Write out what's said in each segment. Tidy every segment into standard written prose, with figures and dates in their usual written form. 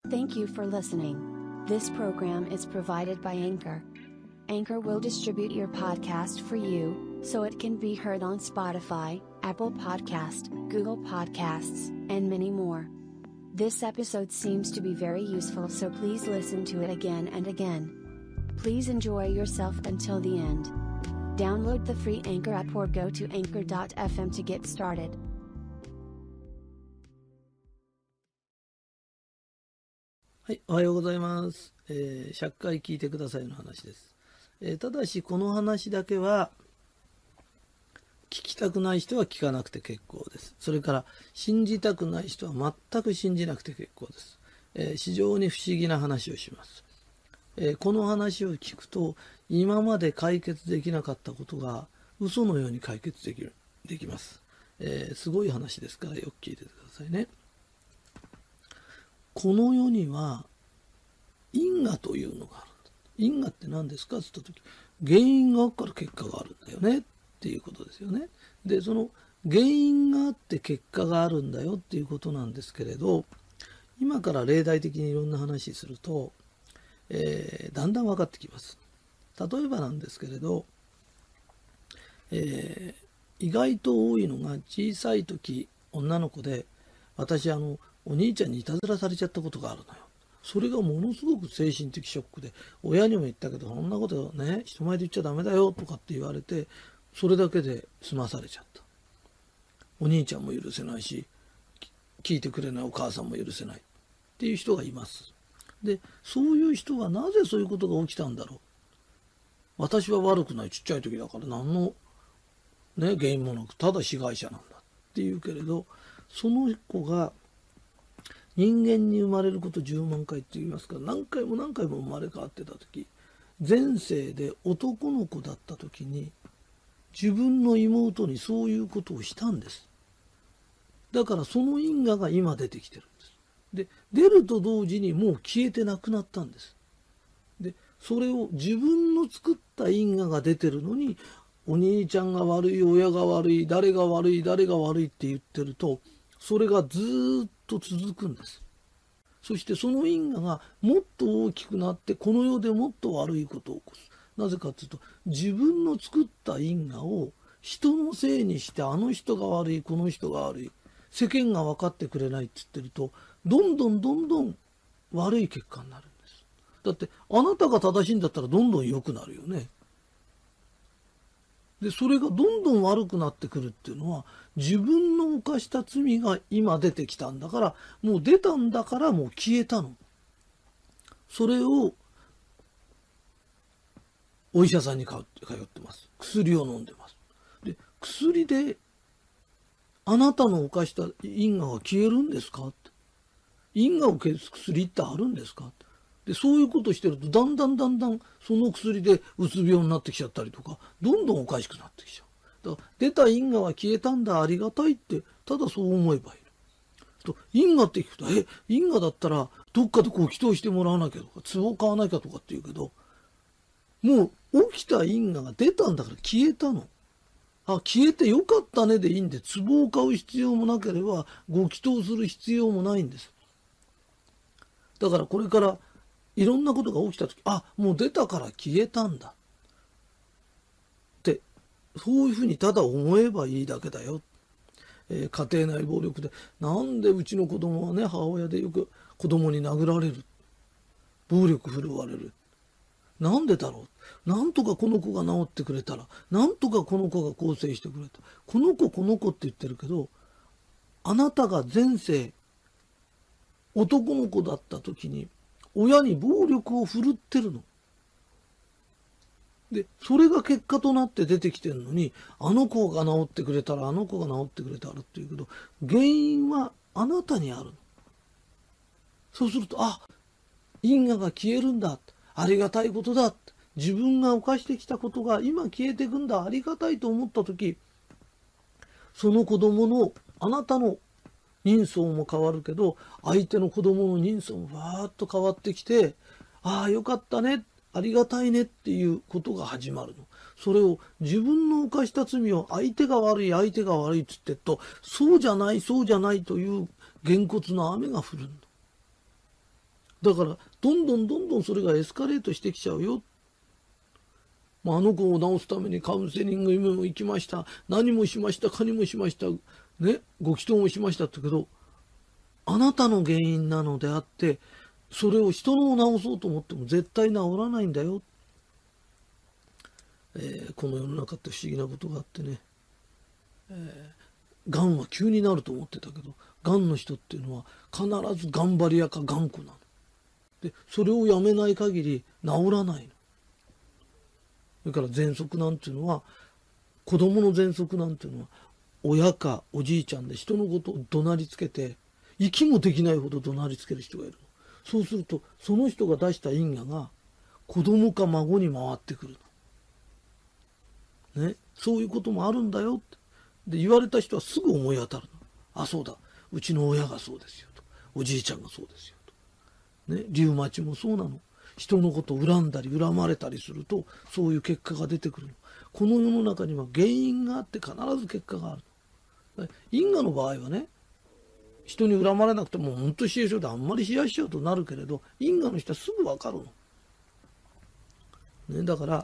Thank you for listening. This program is provided by Anchor. Anchor will distribute your podcast for you, so it can be heard on Spotify, Apple Podcast, Google Podcasts, and many more. This episode seems to be very useful, so please listen to it again and again. Please enjoy yourself until the end. Download the free Anchor app or go to anchor.fm to get started. はい、おはようございます。100回聞いてくださいの話です。ただしこの話だけは聞きたくない人は聞かなくて結構です。それから信じたくない人は全く信じなくて結構です。非常に不思議な話をします。この話を聞くと今まで解決できなかったことが嘘のように解決できます。すごい話ですからよく聞いててくださいね。この世には因果というのがある。因果って何ですかって言った時、原因があるから結果があるんだよねっていうことですよね。で、その原因があって結果があるんだよっていうことなんですけれど、今から例題的にいろんな話すると、だんだん分かってきます。例えばなんですけれど、意外と多いのが小さい時女の子で、私お兄ちゃんにいたずらされちゃったことがあるのよ。それがものすごく精神的ショックで、親にも言ったけどそんなことね人前で言っちゃダメだよとかって言われて、それだけで済まされちゃった。お兄ちゃんも許せないし、聞いてくれないお母さんも許せないっていう人がいます。で、そういう人はなぜそういうことが起きたんだろう。私は悪くない、ちっちゃい時だから何の原因もなくただ被害者なんだっていうけれど、その子が人間に生まれること10万回って言いますから、何回も何回も生まれ変わってた時、前世で男の子だった時に自分の妹にそういうことをしたんです。だからその因果が今出てきてるんです。で、出ると同時にもう消えてなくなったんです。で、それを自分の作った因果が出てるのに、お兄ちゃんが悪い、親が悪い、誰が悪い、誰が悪いって言ってると、それがずっと続くんです。そしてその因果がもっと大きくなって、この世でもっと悪いことを起こす。なぜかというと、自分の作った因果を人のせいにして、あの人が悪い、この人が悪い、世間が分かってくれないって言ってると、どんどん悪い結果になるんです。だってあなたが正しいんだったらどんどん良くなるよね。で、それがどんどん悪くなってくるっていうのは、自分の犯した罪が今出てきたんだから、もう出たんだからもう消えたの。それをお医者さんに通ってます。薬を飲んでます。で、薬であなたの犯した因果が消えるんですかって。因果を消す薬ってあるんですかって。で、そういうことしてると、だんだんその薬でうつ病になってきちゃったりとか、どんどんおかしくなってきちゃう。だから出た因果は消えたんだ、ありがたいって、ただそう思えばいい。と因果って聞くと、因果だったらどっかでこう祈祷してもらわなきゃとか、壺を買わなきゃとかって言うけど、もう起きた因果が出たんだから消えたの。消えてよかったねでいいんで、壺を買う必要もなければ、ご祈祷する必要もないんです。だからこれからいろんなことが起きたとき、もう出たから消えたんだって、そういうふうにただ思えばいいだけだよ。家庭内暴力で、なんでうちの子供はね、母親でよく子供に殴られる、暴力振るわれる、なんでだろう、なんとかこの子が治ってくれたら、なんとかこの子が更生してくれた、この子って言ってるけど、あなたが前世男の子だった時に親に暴力を振るってるの。で、それが結果となって出てきてるのに、あの子が治ってくれたら、あの子が治ってくれたらっていうけど、原因はあなたにあるの。そうすると、因果が消えるんだ。ありがたいことだ。自分が犯してきたことが今消えていくんだ。ありがたいと思ったとき、その子供の、あなたの人相も変わるけど、相手の子供の人相もわーっと変わってきて、よかったね。ありがたいねっていうことが始まるの。それを自分の犯した罪を相手が悪いっつってと、そうじゃないというげんこつの雨が降るの。 だからどんどんそれがエスカレートしてきちゃうよ。あの子を治すためにカウンセリングにも行きました。何もしました。かにもしました。ね、ご祈祷もしましたってけど、あなたの原因なのであって、それを人のを治そうと思っても絶対治らないんだよ。この世の中って不思議なことがあってね、がんは急になると思ってたけど、がんの人っていうのは必ず頑張り屋か頑固なの。で、それをやめない限り治らないの。それから喘息なんていうのは、子供の喘息なんていうのは、親かおじいちゃんで人のことを怒鳴りつけて、息もできないほど怒鳴りつける人がいるの。そうすると、その人が出した因果が子供か孫に回ってくるの。ね、そういうこともあるんだよって。で、言われた人はすぐ思い当たるの。あ、そうだ。うちの親がそうですよと。おじいちゃんがそうですよと。ね、リウマチもそうなの。人のことを恨んだり恨まれたりすると、そういう結果が出てくるの。この世の中には原因があって必ず結果があるの。因果の場合はね、人に恨まれなくても本当に冷え性であんまり冷やしちゃうとなるけれど、因果の人はすぐ分かるの。ね、だから、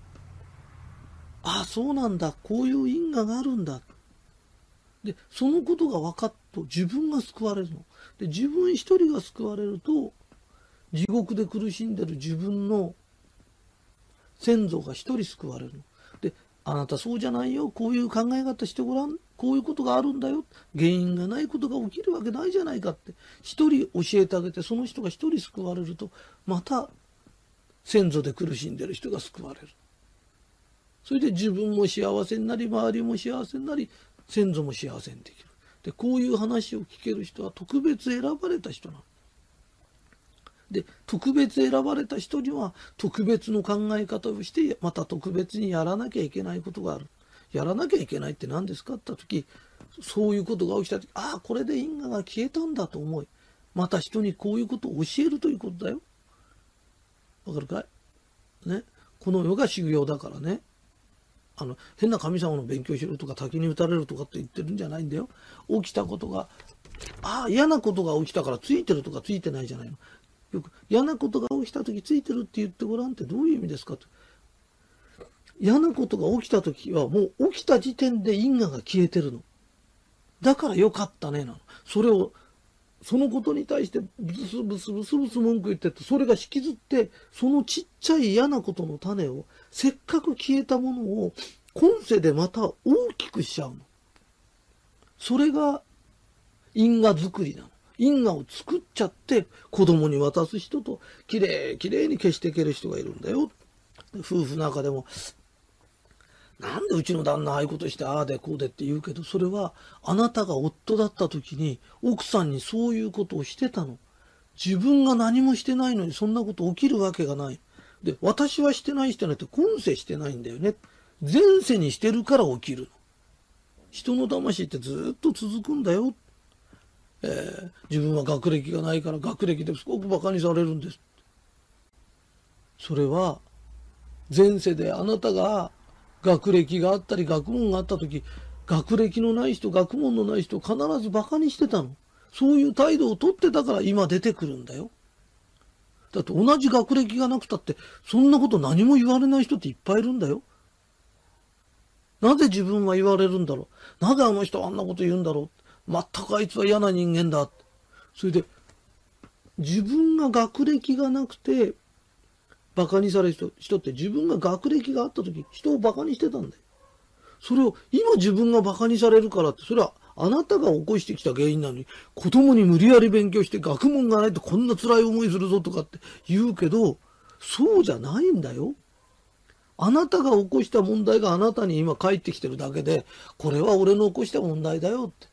ああ、そうなんだ。こういう因果があるんだ。で、そのことが分かっと自分が救われるの。で、自分一人が救われると、地獄で苦しんでる自分の先祖が一人救われるの。で、あなたそうじゃないよ。こういう考え方してごらん。こういうことがあるんだよ。原因がないことが起きるわけないじゃないかって。一人教えてあげて、その人が一人救われると、また先祖で苦しんでる人が救われる。それで自分も幸せになり、周りも幸せになり、先祖も幸せにできる。で、こういう話を聞ける人は特別選ばれた人なの。で、特別選ばれた人には特別の考え方をして、また特別にやらなきゃいけないことがある。やらなきゃいけないって何ですかって言った時、そういうことが起きた時、ああ、これで因果が消えたんだと思い、また人にこういうことを教えるということだよ。わかるかいね。この世が修行だからね。変な神様の勉強しろとか滝に打たれるとかって言ってるんじゃないんだよ。起きたことが、嫌なことが起きたからついてるとかついてないじゃないの。よく嫌なことが起きた時ついてるって言ってごらんってどういう意味ですかと。嫌なことが起きた時はもう起きた時点で因果が消えてるの。だからよかったねなの。そのことに対してブスブス文句言ってって、それが引きずって、そのちっちゃい嫌なことの種を、せっかく消えたものを今世でまた大きくしちゃうの。それが因果作りなの。因果を作っちゃって子供に渡す人ときれいに消していける人がいるんだよ。夫婦の中でも、なんでうちの旦那ああいうことしてああでこうでって言うけど、それはあなたが夫だった時に奥さんにそういうことをしてたの。自分が何もしてないのにそんなこと起きるわけがない。で、私はしてないって今世してないんだよね。前世にしてるから起きるの。人の魂ってずっと続くんだよ。自分は学歴がないから学歴ですごくバカにされるんです。それは前世であなたが学歴があったり学問があった時、学歴のない人、学問のない人を必ずバカにしてたの。そういう態度をとってたから今出てくるんだよ。だって同じ学歴がなくたってそんなこと何も言われない人っていっぱいいるんだよ。なぜ自分は言われるんだろう。なぜあの人はあんなこと言うんだろう。全くあいつは嫌な人間だ。それで自分が学歴がなくてバカにされる人って自分が学歴があった時人をバカにしてたんだよ。それを今自分がバカにされるからって、それはあなたが起こしてきた原因なのに、子供に無理やり勉強して学問がないとこんな辛い思いするぞとかって言うけど、そうじゃないんだよ。あなたが起こした問題があなたに今返ってきてるだけで、これは俺の起こした問題だよって。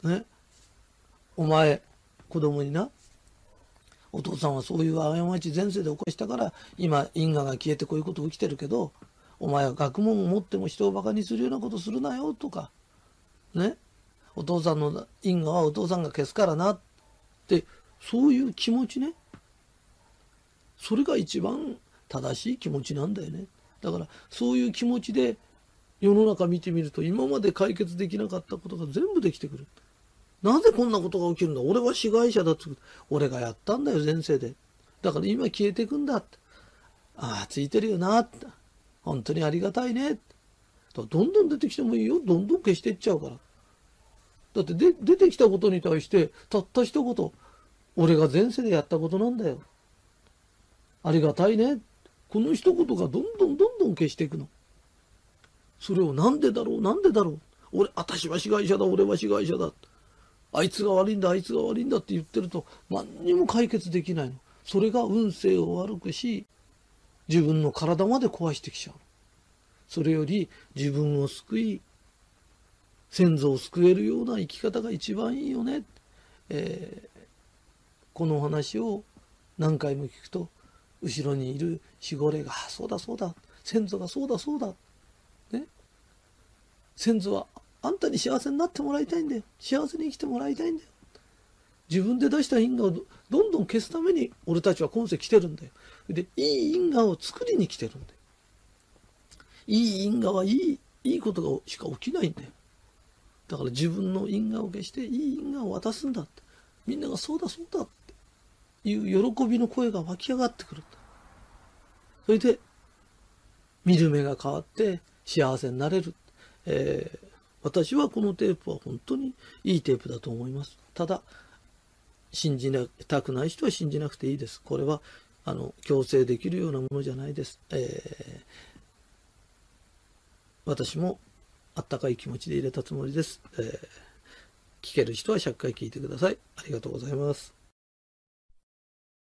ね。お前、子供にな、お父さんはそういう過ち前世で起こしたから、今因果が消えてこういうこと起きてるけど、お前は学問を持っても人をバカにするようなことするなよとか、ね。お父さんの因果はお父さんが消すからなって、そういう気持ちね。それが一番正しい気持ちなんだよね。だからそういう気持ちで世の中見てみると、今まで解決できなかったことが全部できてくる。 なぜこんなことが起きるんだ、俺は被害者だって、俺がやったんだよ前世で、だから今消えていくんだって、ああついてるよなって、本当にありがたいねって、どんどん出てきてもいいよ、どんどん消していっちゃうから。だって出てきたことに対してたった一言、俺が前世でやったことなんだよ、ありがたいね、この一言がどんどんどんどん消していくの。それをなんでだろうなんでだろう、私は被害者だ、俺は被害者だ、あいつが悪いんだあいつが悪いんだって言ってると何にも解決できないの。それが運勢を悪くし、自分の体まで壊してきちゃう。それより自分を救い、先祖を救えるような生き方が一番いいよね。このお話を何回も聞くと、後ろにいる守護霊が、そうだそうだ、先祖がそうだそうだ、ね、先祖はあんたに幸せになってもらいたいんだよ、幸せに生きてもらいたいんだよ、自分で出した因果をどんどん消すために俺たちは今世来てるんだよ。で、いい因果を作りに来てるんだよ。いい因果はいいことがしか起きないんだよ。だから自分の因果を消していい因果を渡すんだって、みんながそうだそうだっていう喜びの声が湧き上がってくるんだ。それで見る目が変わって幸せになれる。私はこのテープは本当にいいテープだと思います。ただ信じたくない人は信じなくていいです。これは強制できるようなものじゃないです。私もあったかい気持ちで入れたつもりです。聞ける人は100回聞いてください。ありがとうございます。